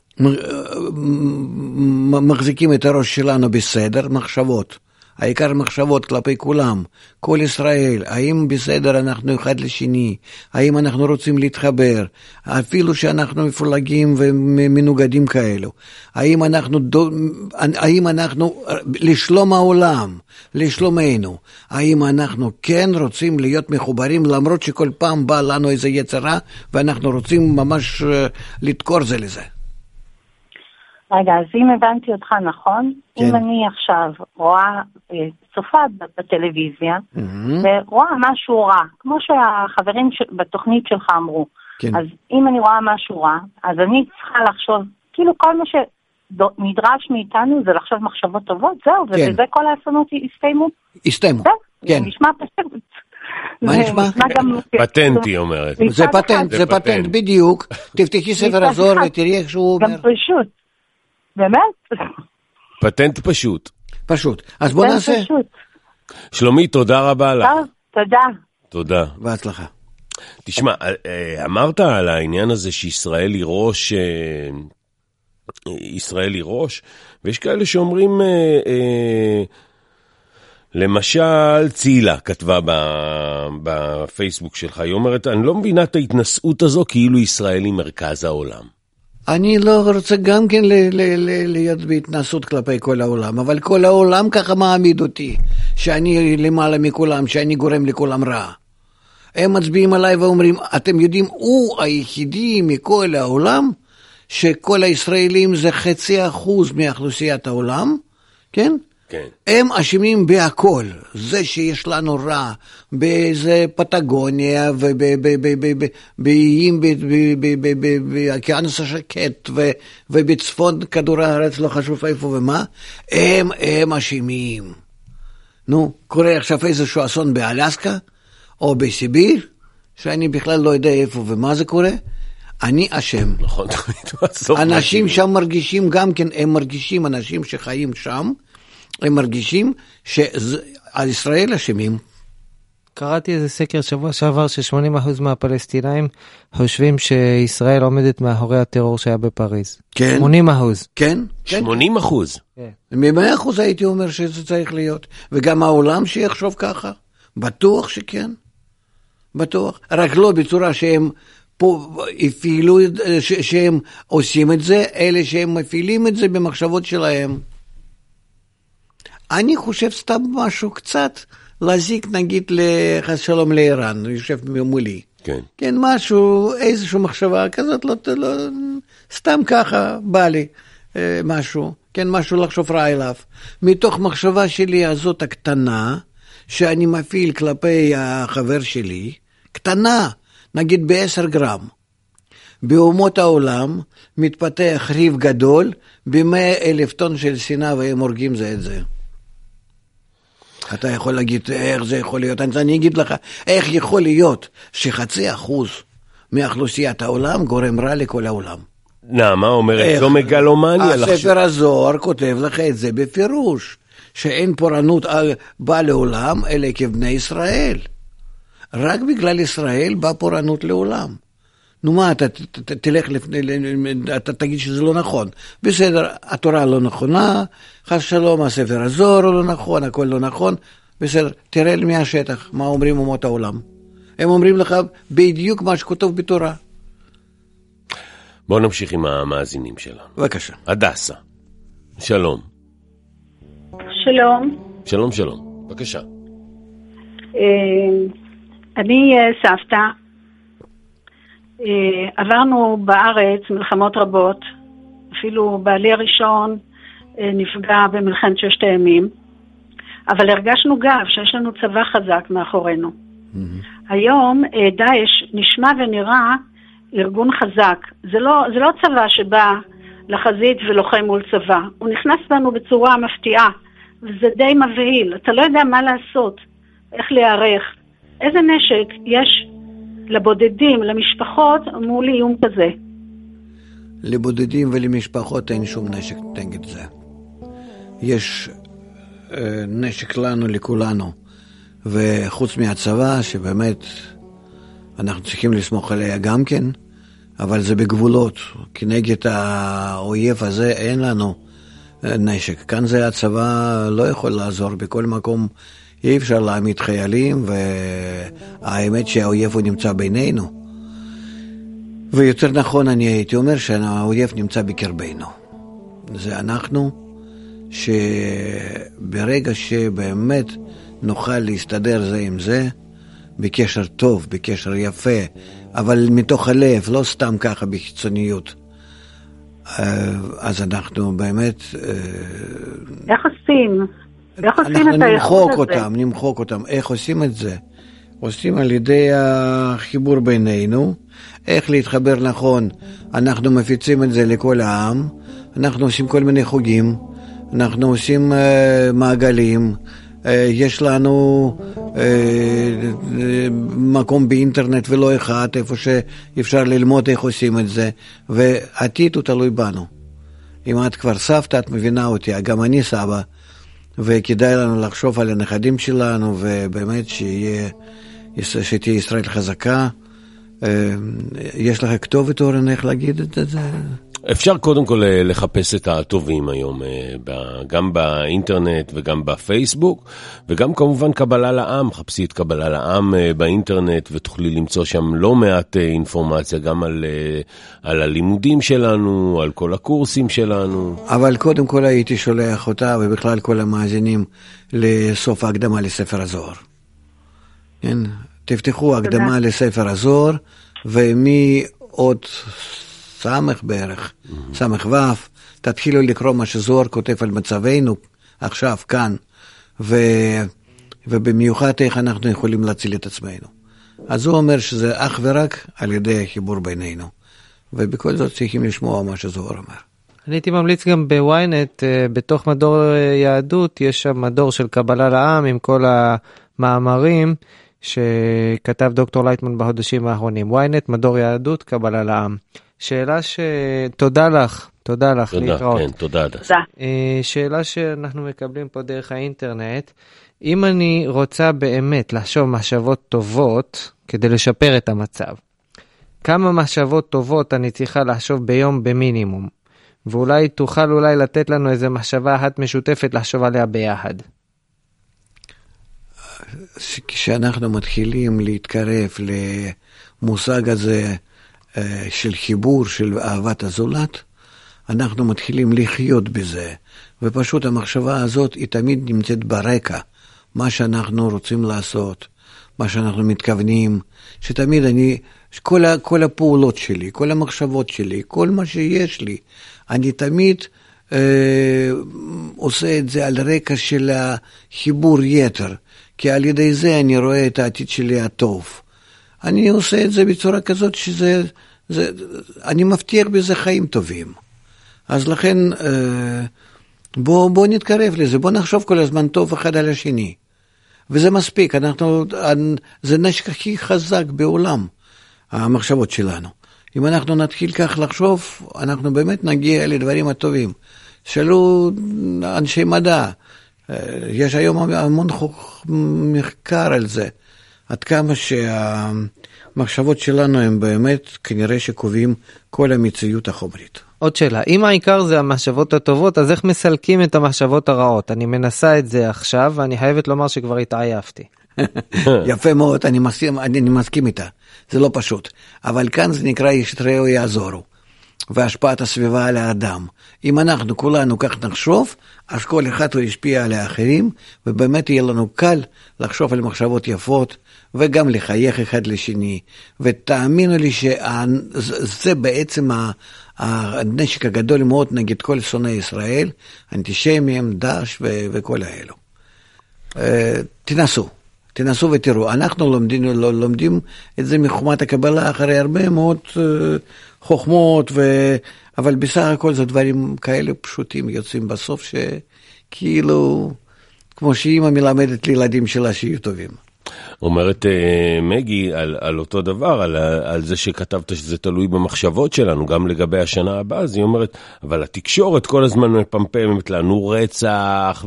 מחזיקים את הראש שלנו בסדר, מחשבות, העיקר מחשבות כלפי כולם, כל ישראל, האם בסדר אנחנו אחד לשני, האם אנחנו רוצים להתחבר, אפילו שאנחנו מפולגים ומנוגדים כאלו, האם אנחנו, האם אנחנו לשלום העולם, לשלומנו, האם אנחנו כן רוצים להיות מחוברים, למרות שכל פעם בא לנו איזה יצרה, ואנחנו רוצים ממש לתקור זה לזה.
רגע, אז אם הבנתי אותך נכון,
כן.
אם אני עכשיו רואה, צופה בטלוויזיה,
Mm-hmm.
ורואה משהו רע, כמו שהחברים ש... בתוכנית שלך אמרו,
כן.
אז אם אני רואה משהו רע, אז אני צריכה לחשוב, כאילו כל מה שנדרש מאיתנו זה לחשוב מחשבות טובות, זהו,
כן.
ובזה כל האסונות הסתיימו.
הסתיימו,
זה,
כן.
זה נשמע פשוט.
מה
זה
נשמע?
גם...
פטנט היא אומרת.
זה
מצד
פטנט,
אחד-
זה
זה
פטנט,
פטנט.
בדיוק. תפתחי ספר
מצד
הזוהר
אחד-
ותראי איך שהוא
גם
אומר.
פשוט. באמת?
פטנט פשוט.
פשוט. אז בוא
זה
נעשה.
פשוט.
שלומית, תודה רבה לך.
טוב, תודה.
תודה.
בהצלחה.
תשמע, אמרת על העניין הזה שישראל היא ראש, ישראל היא ראש, ויש כאלה שאומרים, למשל, צילה כתבה בפייסבוק שלך, היא אומרת, אני לא מבינה את ההתנסות הזו כאילו ישראל היא מרכז העולם.
אני לא רוצה גם כן ל- ל- ל- להיות בהתנסות כלפי כל העולם, אבל כל העולם ככה מעמיד אותי, שאני למעלה מכולם, שאני גורם לכולם רע. הם מצביעים עליי ואומרים, אתם יודעים, הוא היחידי מכל העולם, שכל הישראלים זה חצי אחוז מאוכלוסיית העולם, כן?
כן. הם
אשמים בהכל, זה שיש לנו רע באיזה פטגוניה ובאיים באוקיינוס השקט ובצפון כדור הארץ, לא חשוב איפה ומה, הם הם אשמים. נו, קורה עכשיו איזשהו אסון באלסקה או בסיביר, שאני בכלל לא יודע איפה ומה זה קורה, אני אשם.
נכון,
אנשים שם מרגישים גם כן, הם מרגישים, אנשים שחיים שם, הם מרגישים שעל ישראל אשמים.
קראתי איזה סקר שבוע שעבר ש-שמונים אחוז מהפלסטינאים חושבים שישראל עומדת מאחורי הטרור שהיה בפריז.
כן.
שמונים אחוז.
כן? כן.
שמונים אחוז.
מ-מאה אחוז הייתי אומר שזה צריך להיות. וגם העולם שיחשוב ככה. בטוח שכן. בטוח. רק לא בצורה שהם פה הפעילו, ש- שהם עושים את זה, אלה שהם מפעילים את זה במחשבות שלהם. אני חושב סתם משהו קצת להזיק, נגיד, לחס שלום לאיראן, יושב מולי.
כן.
כן, משהו, איזושהי מחשבה כזאת, לא, לא, סתם ככה בא לי אה, משהו, כן, משהו לחשוב רע אליו. מתוך מחשבה שלי הזאת הקטנה, שאני מפעיל כלפי החבר שלי, קטנה, נגיד בעשר גרם. באומות העולם מתפתח ריב גדול, במאה אלף טון של שנאה והם הורגים זה את זה. אתה יכול להגיד איך זה יכול להיות, אני אגיד לך, איך יכול להיות שחצי אחוז מאוכלוסיית העולם גורם רע לכל העולם.
נעמה אומרת, זו מגלומניה.
הספר הזוהר כותב לך את זה בפירוש, שאין פורענות באה לעולם, אלא כבני ישראל. רק בגלל ישראל באה פורענות לעולם. נו מה, אתה תלך לפני, אתה תגיד שזה לא נכון. בסדר, התורה לא נכונה, חס שלום, הספר הזוהר לא נכון, הכל לא נכון. בסדר, תראה לי מהשטח, מה אומרים אומות העולם. הם אומרים לך בדיוק מה שכתוב בתורה.
בואו נמשיך עם המאזינים שלנו.
בבקשה.
הדסה, שלום.
שלום.
שלום, שלום. בבקשה.
אני סבתא. עברנו בארץ מלחמות רבות. אפילו בעלי הראשון נפגע במלחמת ששת הימים. אבל הרגשנו גב שיש לנו צבא חזק מאחורינו. היום דאעש נשמע ונראה ארגון חזק. זה לא, זה לא צבא שבא לחזית ולוחם מול צבא. הוא נכנס בנו בצורה מפתיעה, וזה די מבהיל. אתה לא יודע מה לעשות, איך להיערך. איזה נשק יש לבודדים, למשפחות, מול איום כזה?
לבודדים ולמשפחות אין שום נשק נגד זה. יש אה, נשק לנו, לכולנו. וחוץ מהצבא, שבאמת אנחנו צריכים לסמוך עליה גם כן, אבל זה בגבולות. כנגד האויב הזה אין לנו נשק. כאן זה הצבא לא יכול לעזור. בכל מקום אי אפשר להעמיד חיילים, והאמת שהאויב הוא נמצא בינינו. ויותר נכון אני הייתי אומר שהאויב נמצא בקרבנו. זה אנחנו, שברגע שבאמת נוכל להסתדר זה עם זה, בקשר טוב, בקשר יפה, אבל מתוך הלב, לא סתם ככה בחיצוניות. אז אנחנו באמת...
איך עושים? איך עושים את האיכות הזה?
אותם, נמחוק אותם. איך עושים את זה? עושים על ידי החיבור בינינו, איך להתחבר נכון. אנחנו מפיצים את זה לכל העם, אנחנו עושים כל מיני חוגים, אנחנו עושים uh, מעגלים, uh, יש לנו uh, מקום באינטרנט ולא אחד, איפה שאפשר ללמוד איך עושים את זה, ועתיד הוא תלוי בנו. אם את כבר סבתא, את מבינה אותי, גם אני סבא, וכדאי לנו לחשוב על הנכדים שלנו, ובאמת שיהיה, שתהיה ישראל חזקה. יש לך כתובת אורן איך להגיד את זה?
אפשר קודם כל לחפש את הטובים היום, גם באינטרנט וגם בפייסבוק, וגם כמובן קבלה לעם, חפשי את קבלה לעם באינטרנט, ותוכלי למצוא שם לא מעט אינפורמציה, גם על, על הלימודים שלנו, על כל הקורסים שלנו.
אבל קודם כל הייתי שולח אותה, ובכלל כל המאזינים, לסוף ההקדמה לספר הזוהר. כן? תפתחו הקדמה לספר הזוהר, ומי עוד... סמך בערך, סמך וף, תתחילו לקרוא מה שזוהר כותב על מצבנו, עכשיו, כאן, ו, ובמיוחד איך אנחנו יכולים להציל את עצמנו. אז הוא אומר שזה אך ורק על ידי החיבור בינינו, ובכל זאת צריכים לשמוע מה שזוהר אומר.
אני הייתי ממליץ גם בוויינט, בתוך מדור יהדות, יש שם מדור של קבלה לעם, עם כל המאמרים שכתב דוקטור לייטמן בחודשים האחרונים. וויינט, מדור יהדות, קבלה לעם. שאלה ש... תודה לך, תודה לך,
תודה,
להתראות.
כן, תודה.
תודה.
שאלה שאנחנו מקבלים פה דרך האינטרנט, אם אני רוצה באמת לחשוב מחשבות טובות כדי לשפר את המצב, כמה מחשבות טובות אני צריכה לחשוב ביום במינימום, ואולי תוכל אולי לתת לנו איזו מחשבה אחת משותפת לחשוב עליה ביחד.
כשאנחנו מתחילים להתקרב למושג הזה, של חיבור, של אהבת הזולת, אנחנו מתחילים לחיות בזה, ופשוט המחשבה הזאת היא תמיד נמצאת ברקע, מה שאנחנו רוצים לעשות, מה שאנחנו מתכוונים, שתמיד אני, כל, כל הפעולות שלי, כל המחשבות שלי, כל מה שיש לי, אני תמיד אה, עושה את זה על רקע של החיבור יתר, כי על ידי זה אני רואה את העתיד שלי הטוב. אני עושה את זה בצורה כזאת שזה, זה, אני מבטיח בזה חיים טובים. אז לכן, בוא, בוא נתקרב לזה, בוא נחשוב כל הזמן טוב אחד על השני. וזה מספיק, אנחנו, זה נשק הכי חזק בעולם, המחשבות שלנו. אם אנחנו נתחיל כך לחשוב, אנחנו באמת נגיע לדברים הטובים. שאלו אנשי מדע, יש היום המון מחקר על זה, עד כמה שהמחשבות שלנו הם באמת כנראה שקובעים כל המציאות החומרית.
עוד שאלה, אם העיקר זה המחשבות הטובות, אז איך מסלקים את המחשבות הרעות? אני מנסה את זה עכשיו, ואני חייבת לומר שכבר התעייפתי.
יפה מאוד, אני מסכים, אני מסכים איתה, זה לא פשוט. אבל כאן זה נקרא ישתראו יעזורו, והשפעת הסביבה על האדם. אם אנחנו כולנו כך נחשוב, אז כל אחד הוא ישפיע על האחרים, ובאמת יהיה לנו קל לחשוב על מחשבות יפות, וגם לחייך אחד לשני. ותאמינו לי שזה בעצם הנשק הגדול מאוד נגד כל שונאי ישראל, אנטישמים, דאעש וכל האלו. תנסו. תנסו ותראו, אנחנו לומדים, לומדים את זה מחוכמת הקבלה אחרי הרבה מאוד uh, חוכמות, ו... אבל בסך הכל זה דברים כאלה פשוטים יוצאים בסוף, שכאילו, כמו שאמא מלמדת לילדים שלה שיהיו טובים.
אומרת מגי על, על אותו דבר, על, על זה שכתבת שזה תלוי במחשבות שלנו, גם לגבי השנה הבאה, אז היא אומרת, אבל התקשורת כל הזמן מפמפמת לנו רצח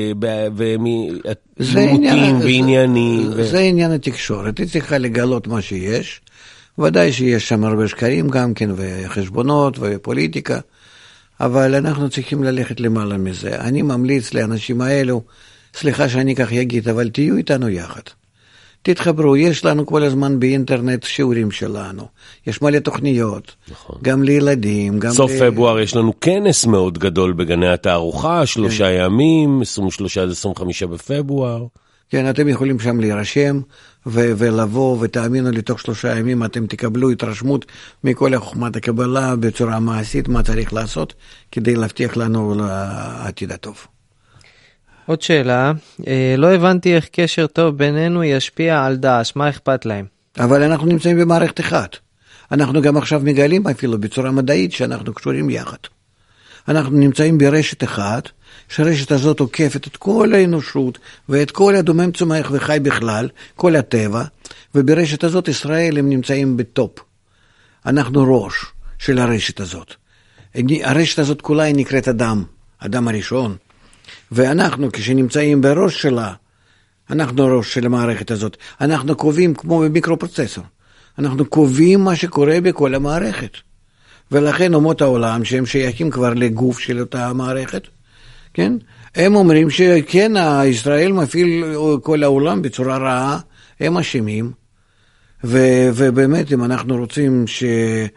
ומותים ועניינים.
זה, זה עניין התקשורת, היא צריכה לגלות מה שיש, ודאי שיש שם הרבה שקרים גם כן, וחשבונות ופוליטיקה, אבל אנחנו צריכים ללכת למעלה מזה. אני ממליץ לאנשים האלו, סליחה שאני כך יגיד, אבל תהיו איתנו יחד. תתחברו, יש לנו כל הזמן באינטרנט שיעורים שלנו, יש מלא תוכניות, נכון. גם לילדים, גם
סוף
ל...
פברואר יש לנו כנס מאוד גדול בגני התערוכה, שלושה כן. ימים, עשרים ושלושה עד עשרים וחמישה בפברואר.
כן, אתם יכולים שם להירשם ו- ולבוא, ותאמינו לי, תוך שלושה ימים אתם תקבלו התרשמות מכל החוכמת הקבלה בצורה מעשית, מה צריך לעשות כדי להבטיח לנו לעתיד הטוב.
עוד שאלה, לא הבנתי איך קשר טוב בינינו ישפיע על דאעש, מה אכפת להם?
אבל אנחנו נמצאים במערכת אחת. אנחנו גם עכשיו מגלים אפילו בצורה מדעית שאנחנו קשורים יחד. אנחנו נמצאים ברשת אחת, שהרשת הזאת עוקפת את כל האנושות ואת כל הדומם צומח וחי בכלל, כל הטבע, וברשת הזאת ישראל הם נמצאים בטופ. אנחנו ראש של הרשת הזאת. הרשת הזאת כולה היא נקראת אדם, אדם הראשון. ואנחנו כשנמצאים בראש שלה, אנחנו ראש של המערכת הזאת, אנחנו קובעים כמו במיקרופרוצסור, אנחנו קובעים מה שקורה בכל המערכת. ולכן אומות העולם שהם שייכים כבר לגוף של אותה המערכת, כן? הם אומרים שכן, ישראל מפעיל כל העולם בצורה רעה, הם אשמים, ו- ובאמת אם אנחנו רוצים ש...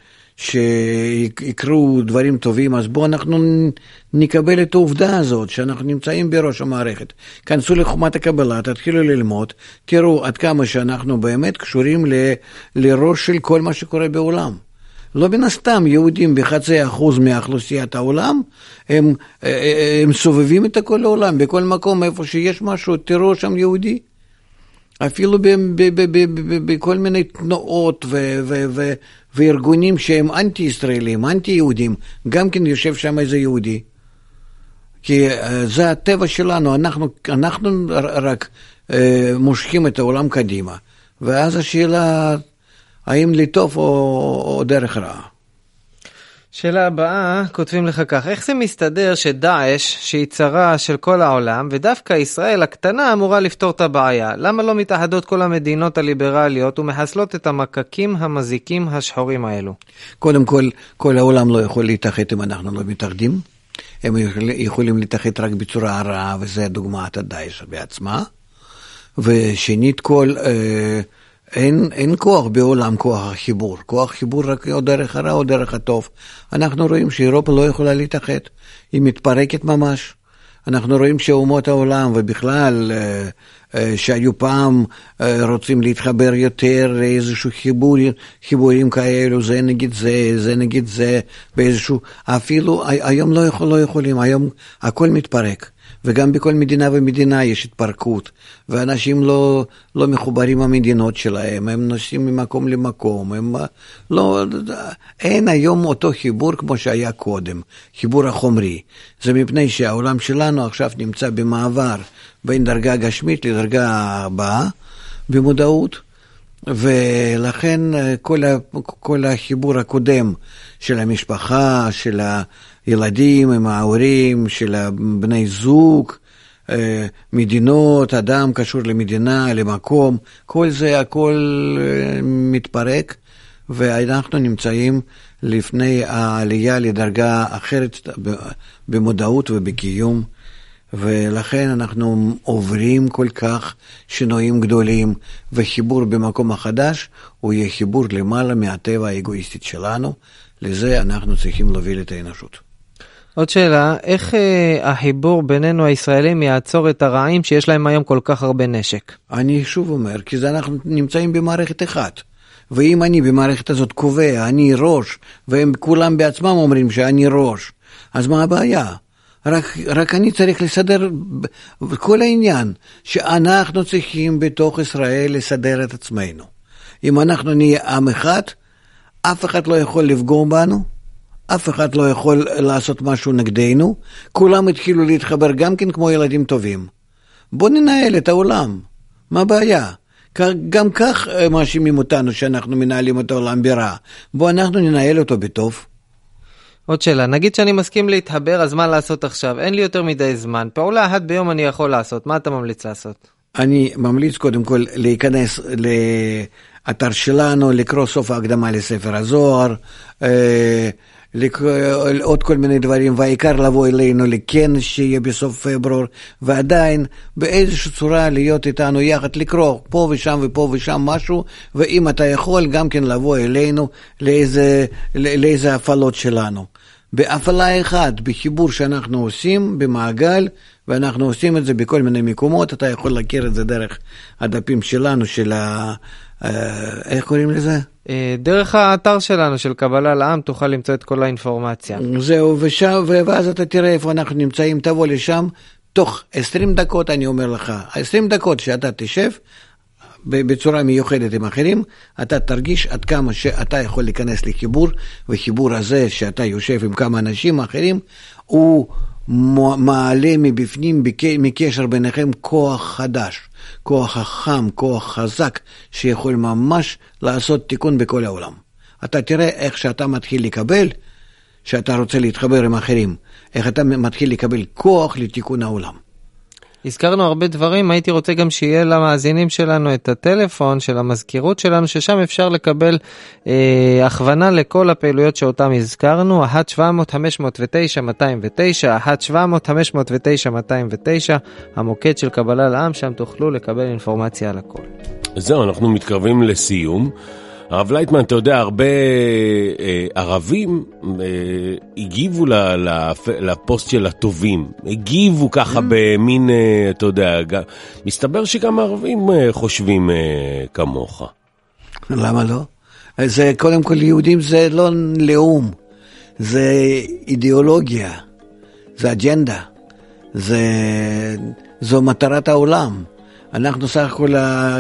שיקרו דברים טובים, אז בואו אנחנו נקבל את העובדה הזאת, שאנחנו נמצאים בראש המערכת. כנסו לחומת הקבלה, תתחילו ללמוד, תראו עד כמה שאנחנו באמת קשורים ל- לראש של כל מה שקורה בעולם. לא בין הסתם, יהודים בחצי אחוז מאוכלוסיית העולם, הם, הם סובבים את כל העולם, בכל מקום איפה שיש משהו, תראו שם יהודי. אפילו בכל מיני תנועות וארגונים שהם אנטי-ישראלים, אנטי-יהודים, גם כן יושב שם איזה יהודי. כי זה הטבע שלנו, אנחנו, אנחנו רק מושכים את העולם קדימה. ואז השאלה, האם לטוב או, או דרך רעה.
שאלה הבאה, כותבים לך כך, איך זה מסתדר שדאעש, שהיא צרה של כל העולם, ודווקא ישראל הקטנה אמורה לפתור את הבעיה? למה לא מתאחדות כל המדינות הליברליות ומחסלות את המקקים המזיקים השחורים האלו?
קודם כל, כל העולם לא יכול להתאחד אם אנחנו לא מתאחדים. הם יכולים להתאחד רק בצורה רעה, וזה דוגמת הדאעש בעצמה. ושנית כל... אה, אין, אין כוח בעולם, כוח החיבור. כוח חיבור רק או דרך הרע או דרך הטוב. אנחנו רואים שאירופה לא יכולה להתאחד. היא מתפרקת ממש. אנחנו רואים שאומות העולם ובכלל שהיו פעם רוצים להתחבר יותר לאיזשהו חיבור, חיבורים כאלו, זה נגיד זה, זה נגיד זה, באיזשהו, אפילו היום לא, יכול, לא יכולים, היום הכל מתפרק. וגם בכל מדינה ומדינה יש התפרקות, ואנשים לא, לא מחוברים המדינות שלהם, הם נוסעים ממקום למקום, הם לא, אין היום אותו חיבור כמו שהיה קודם, חיבור החומרי. זה מפני שהעולם שלנו עכשיו נמצא במעבר בין דרגה גשמית לדרגה הבאה במודעות, ולכן כל, ה, כל החיבור הקודם של המשפחה, של הילדים עם ההורים, של בני זוג, מדינות, אדם קשור למדינה, למקום, כל זה הכל מתפרק, ואנחנו נמצאים לפני העלייה לדרגה אחרת במודעות ובקיום, ולכן אנחנו עוברים כל כך שינויים גדולים, וחיבור במקום החדש הוא יהיה חיבור למעלה מהטבע האגואיסטית שלנו. לזה אנחנו צריכים להוביל את האנושות.
עוד שאלה, איך אה, החיבור בינינו הישראלים יעצור את הרעים שיש להם היום כל כך הרבה נשק?
אני שוב אומר, כי זה אנחנו נמצאים במערכת אחת, ואם אני במערכת הזאת קובע, אני ראש, והם כולם בעצמם אומרים שאני ראש, אז מה הבעיה? רק, רק אני צריך לסדר כל העניין, שאנחנו צריכים בתוך ישראל לסדר את עצמנו. אם אנחנו נהיה עם אחד, אף אחד לא יכול לפגום בנו, אף אחד לא יכול לעשות משהו נגדנו, כולם התחילו להתחבר גם כן כמו ילדים טובים. בוא ננהל את העולם, מה הבעיה? גם כך מאשימים אותנו שאנחנו מנהלים את העולם ברע, בוא אנחנו ננהל אותו בטוב.
עוד שאלה, נגיד שאני מסכים להתחבר, אז מה לעשות עכשיו? אין לי יותר מדי זמן, פעולה אחת ביום אני יכול לעשות, מה אתה ממליץ לעשות? אני
ממליץ קודם כל להיכנס לאתר שלנו, לקרוא סוף ההקדמה לספר הזוהר, עוד כל מיני דברים, והעיקר לבוא אלינו לכנס שיהיה בסוף פברואר, ועדיין באיזושהי צורה להיות איתנו יחד, לקרוא פה ושם ופה ושם משהו, ואם אתה יכול גם כן לבוא אלינו לאיזה, לאיזה הפעלות שלנו. בהפעלה אחת, בחיבור שאנחנו עושים במעגל, ואנחנו עושים את זה בכל מיני מקומות, אתה יכול להכיר את זה דרך הדפים שלנו, של ה... איך קוראים לזה?
דרך האתר שלנו של קבלה לעם תוכל למצוא את כל האינפורמציה.
זהו, ושם, ואז אתה תראה איפה אנחנו נמצאים, תבוא לשם, תוך עשרים דקות אני אומר לך, עשרים דקות שאתה תשב, בצורה מיוחדת עם אחרים, אתה תרגיש עד כמה שאתה יכול להיכנס לחיבור, וחיבור הזה שאתה יושב עם כמה אנשים אחרים, הוא מעלה מבפנים מקשר ביניכם כוח חדש, כוח חכם, כוח חזק, שיכול ממש לעשות תיקון בכל העולם. אתה תראה איך שאתה מתחיל לקבל, שאתה רוצה להתחבר עם אחרים, איך אתה מתחיל לקבל כוח לתיקון העולם.
הזכרנו הרבה דברים, הייתי רוצה גם שיהיה למאזינים שלנו את הטלפון של המזכירות שלנו, ששם אפשר לקבל אה, הכוונה לכל הפעילויות שאותם הזכרנו, אחת שבע מאות חמש מאות ותשע מאתיים ותשע, אחת שבע מאות חמש מאות ותשע מאתיים ותשע, המוקד של קבלה לעם, שם תוכלו לקבל אינפורמציה על הכל.
זהו, אנחנו מתקרבים לסיום. הרב לייטמן, אתה יודע, הרבה אה, ערבים אה, הגיבו ל, לפ, לפוסט של הטובים, הגיבו ככה במין, אה, אתה יודע, ג... מסתבר שגם הערבים אה, חושבים אה, כמוך.
למה לא? זה קודם כל יהודים זה לא לאום, זה אידיאולוגיה, זה אג'נדה, זה, זו מטרת העולם. אנחנו סך הכל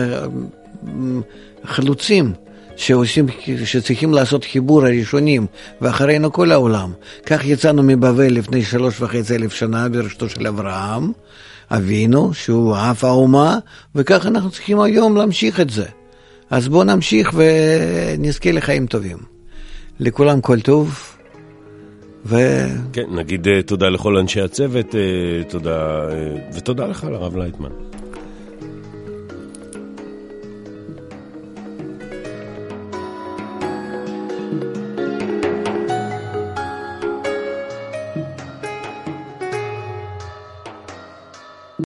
החלוצים. שעושים, שצריכים לעשות חיבור הראשונים, ואחרינו כל העולם. כך יצאנו מבבל לפני שלוש וחצי אלף שנה בראשותו של אברהם, אבינו, שהוא אף האומה, וכך אנחנו צריכים היום להמשיך את זה. אז בואו נמשיך ונזכה לחיים טובים. לכולם כל טוב. ו...
כן, נגיד תודה לכל אנשי הצוות, תודה, ותודה לך לרב לייטמן.